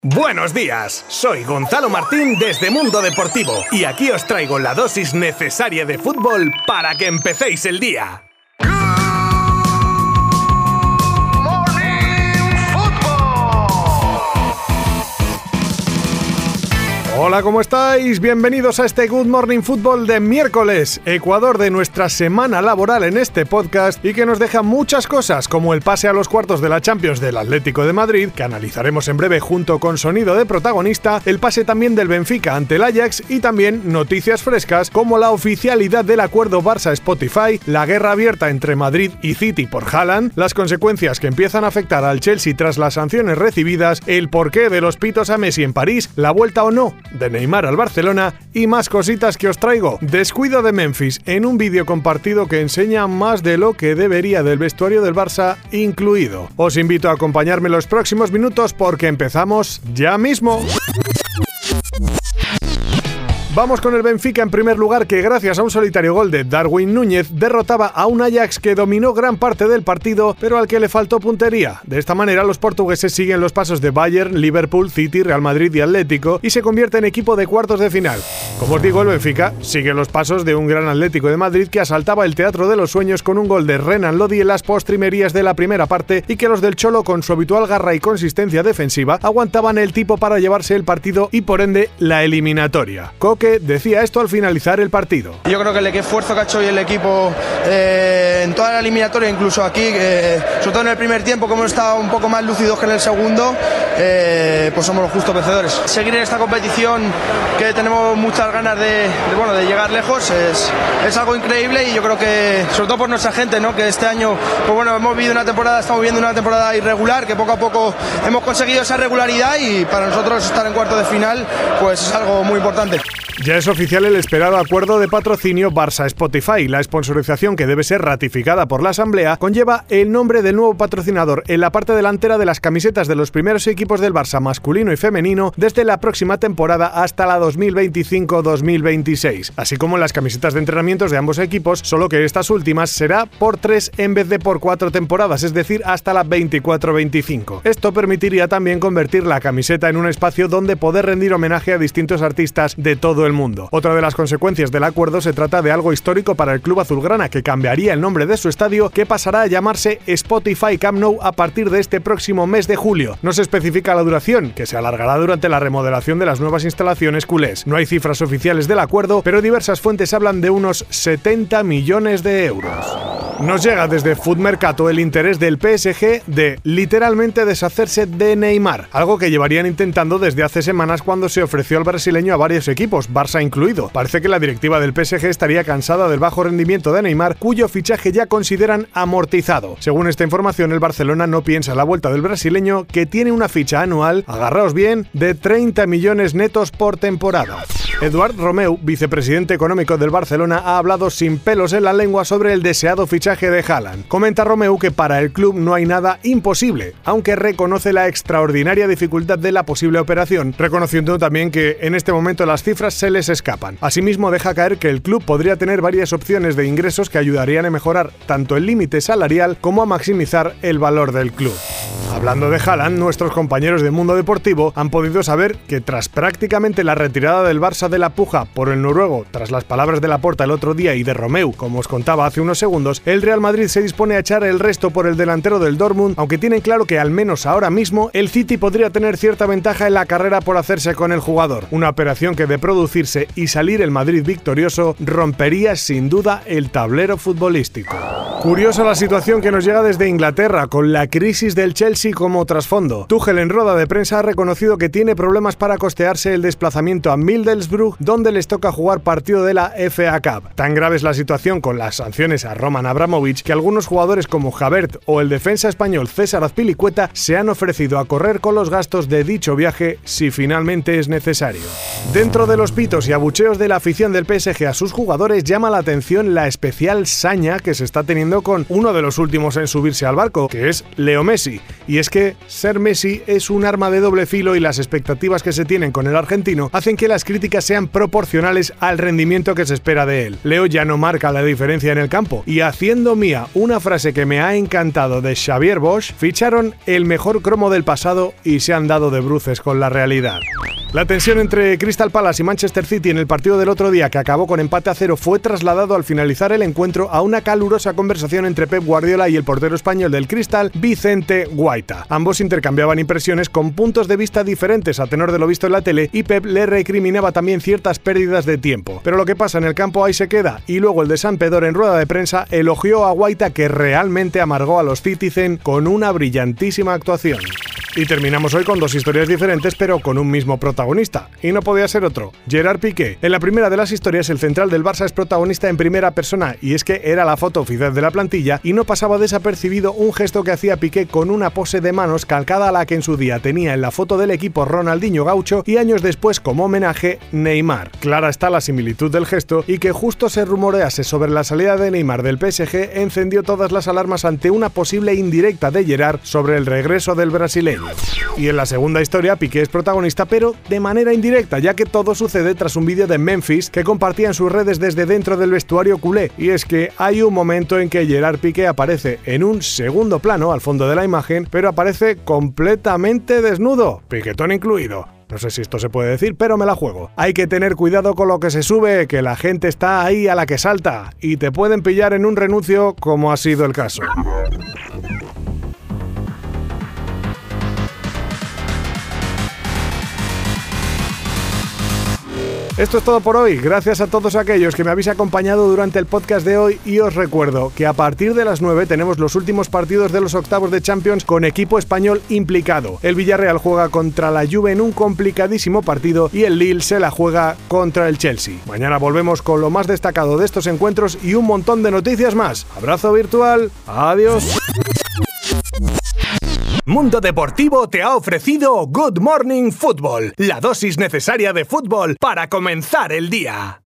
Buenos días, soy Gonzalo Martín desde Mundo Deportivo y aquí os traigo la dosis necesaria de fútbol para que empecéis el día. Hola, ¿cómo estáis? Bienvenidos a este Good Morning Football de miércoles, Ecuador de nuestra semana laboral en este podcast y que nos deja muchas cosas como el pase a los cuartos de la Champions del Atlético de Madrid, que analizaremos en breve junto con sonido de protagonista, el pase también del Benfica ante el Ajax y también noticias frescas como la oficialidad del acuerdo Barça-Spotify, la guerra abierta entre Madrid y City por Haaland, las consecuencias que empiezan a afectar al Chelsea tras las sanciones recibidas, el porqué de los pitos a Messi en París, la vuelta o no de Neymar al Barcelona y más cositas que os traigo. Descuido de Memphis en un vídeo compartido que enseña más de lo que debería del vestuario del Barça incluido. Os invito a acompañarme los próximos minutos porque empezamos ya mismo. Vamos con el Benfica en primer lugar, que gracias a un solitario gol de Darwin Núñez derrotaba a un Ajax que dominó gran parte del partido pero al que le faltó puntería. De esta manera los portugueses siguen los pasos de Bayern, Liverpool, City, Real Madrid y Atlético y se convierte en equipo de cuartos de final. Como os digo, el Benfica sigue los pasos de un gran Atlético de Madrid que asaltaba el Teatro de los Sueños con un gol de Renan Lodi en las postrimerías de la primera parte y que los del Cholo, con su habitual garra y consistencia defensiva, aguantaban el tipo para llevarse el partido y por ende la eliminatoria. Que decía esto al finalizar el partido. Yo creo que el esfuerzo que ha hecho hoy el equipo en toda la eliminatoria, incluso aquí, sobre todo en el primer tiempo, como hemos estado un poco más lúcidos que en el segundo, pues somos los justos vencedores. Seguir en esta competición, que tenemos muchas ganas de llegar lejos, es algo increíble y yo creo que, sobre todo por nuestra gente, ¿no? Que este año, pues bueno, estamos viviendo una temporada irregular, que poco a poco hemos conseguido esa regularidad y para nosotros estar en cuarto de final, pues es algo muy importante. Ya es oficial el esperado acuerdo de patrocinio Barça-Spotify. La sponsorización, que debe ser ratificada por la Asamblea, conlleva el nombre del nuevo patrocinador en la parte delantera de las camisetas de los primeros equipos del Barça masculino y femenino desde la próxima temporada hasta la 2025-2026, así como en las camisetas de entrenamientos de ambos equipos, solo que estas últimas será por 3 en vez de por 4 temporadas, es decir, hasta la 24-25. Esto permitiría también convertir la camiseta en un espacio donde poder rendir homenaje a distintos artistas de todo el mundo. Otra de las consecuencias del acuerdo se trata de algo histórico para el club azulgrana, que cambiaría el nombre de su estadio, que pasará a llamarse Spotify Camp Nou a partir de este próximo mes de julio. No se especifica la duración, que se alargará durante la remodelación de las nuevas instalaciones culés. No hay cifras oficiales del acuerdo, pero diversas fuentes hablan de unos 70 millones de euros. Nos llega desde Footmercato el interés del PSG de literalmente deshacerse de Neymar, algo que llevarían intentando desde hace semanas cuando se ofreció al brasileño a varios equipos, Barça incluido. Parece que la directiva del PSG estaría cansada del bajo rendimiento de Neymar, cuyo fichaje ya consideran amortizado. Según esta información, el Barcelona no piensa en la vuelta del brasileño, que tiene una ficha anual, agarraos bien, de 30 millones netos por temporada. Eduard Romeu, vicepresidente económico del Barcelona, ha hablado sin pelos en la lengua sobre el deseado fichaje de Haaland. Comenta Romeu que para el club no hay nada imposible, aunque reconoce la extraordinaria dificultad de la posible operación, reconociendo también que en este momento las cifras se les escapan. Asimismo, deja caer que el club podría tener varias opciones de ingresos que ayudarían a mejorar tanto el límite salarial como a maximizar el valor del club. Hablando de Haaland, nuestros compañeros de Mundo Deportivo han podido saber que tras prácticamente la retirada del Barça de la puja por el noruego, tras las palabras de Laporta el otro día y de Romeu, como os contaba hace unos segundos, el Real Madrid se dispone a echar el resto por el delantero del Dortmund, aunque tienen claro que al menos ahora mismo el City podría tener cierta ventaja en la carrera por hacerse con el jugador. Una operación que, de producirse y salir el Madrid victorioso, rompería sin duda el tablero futbolístico. Curiosa la situación que nos llega desde Inglaterra, con la crisis del Chelsea como trasfondo. Tuchel, en rueda de prensa, ha reconocido que tiene problemas para costearse el desplazamiento a Middlesbrough, donde les toca jugar partido de la FA Cup. Tan grave es la situación con las sanciones a Roman Abramovich que algunos jugadores como Havertz o el defensa español César Azpilicueta se han ofrecido a correr con los gastos de dicho viaje si finalmente es necesario. Dentro de los pitos y abucheos de la afición del PSG a sus jugadores, llama la atención la especial saña que se está teniendo con uno de los últimos en subirse al barco, que es Leo Messi. Y es que ser Messi es un arma de doble filo y las expectativas que se tienen con el argentino hacen que las críticas sean proporcionales al rendimiento que se espera de él. Leo ya no marca la diferencia en el campo y a haciendo mía una frase que me ha encantado de Xavier Bosch, ficharon el mejor cromo del pasado y se han dado de bruces con la realidad. La tensión entre Crystal Palace y Manchester City en el partido del otro día, que acabó con empate a 0, fue trasladado al finalizar el encuentro a una calurosa conversación entre Pep Guardiola y el portero español del Crystal, Vicente Guaita. Ambos intercambiaban impresiones con puntos de vista diferentes a tenor de lo visto en la tele, y Pep le recriminaba también ciertas pérdidas de tiempo. Pero lo que pasa en el campo ahí se queda, y luego el de Sampedor en rueda de prensa elogió a Guaita, que realmente amargó a los Citizen con una brillantísima actuación. Y terminamos hoy con dos historias diferentes, pero con un mismo protagonista, y no podía ser otro, Gerard Piqué. En la primera de las historias, el central del Barça es protagonista en primera persona, y es que era la foto oficial de la plantilla y no pasaba desapercibido un gesto que hacía Piqué con una pose de manos calcada a la que en su día tenía en la foto del equipo Ronaldinho Gaucho y años después como homenaje Neymar. Clara está la similitud del gesto, y que justo se rumorease sobre la salida de Neymar del PSG encendió todas las alarmas ante una posible indirecta de Gerard sobre el regreso del brasileño. Y en la segunda historia, Piqué es protagonista, pero de manera indirecta, ya que todo sucede tras un vídeo de Memphis que compartía en sus redes desde dentro del vestuario culé. Y es que hay un momento en que Gerard Piqué aparece en un segundo plano al fondo de la imagen, pero aparece completamente desnudo, piquetón incluido. No sé si esto se puede decir, pero me la juego. Hay que tener cuidado con lo que se sube, que la gente está ahí a la que salta, y te pueden pillar en un renuncio, como ha sido el caso. Esto es todo por hoy, gracias a todos aquellos que me habéis acompañado durante el podcast de hoy, y os recuerdo que a partir de las 9 tenemos los últimos partidos de los octavos de Champions con equipo español implicado. El Villarreal juega contra la Juve en un complicadísimo partido y el Lille se la juega contra el Chelsea. Mañana volvemos con lo más destacado de estos encuentros y un montón de noticias más. Abrazo virtual, adiós. Mundo Deportivo te ha ofrecido Good Morning Football, la dosis necesaria de fútbol para comenzar el día.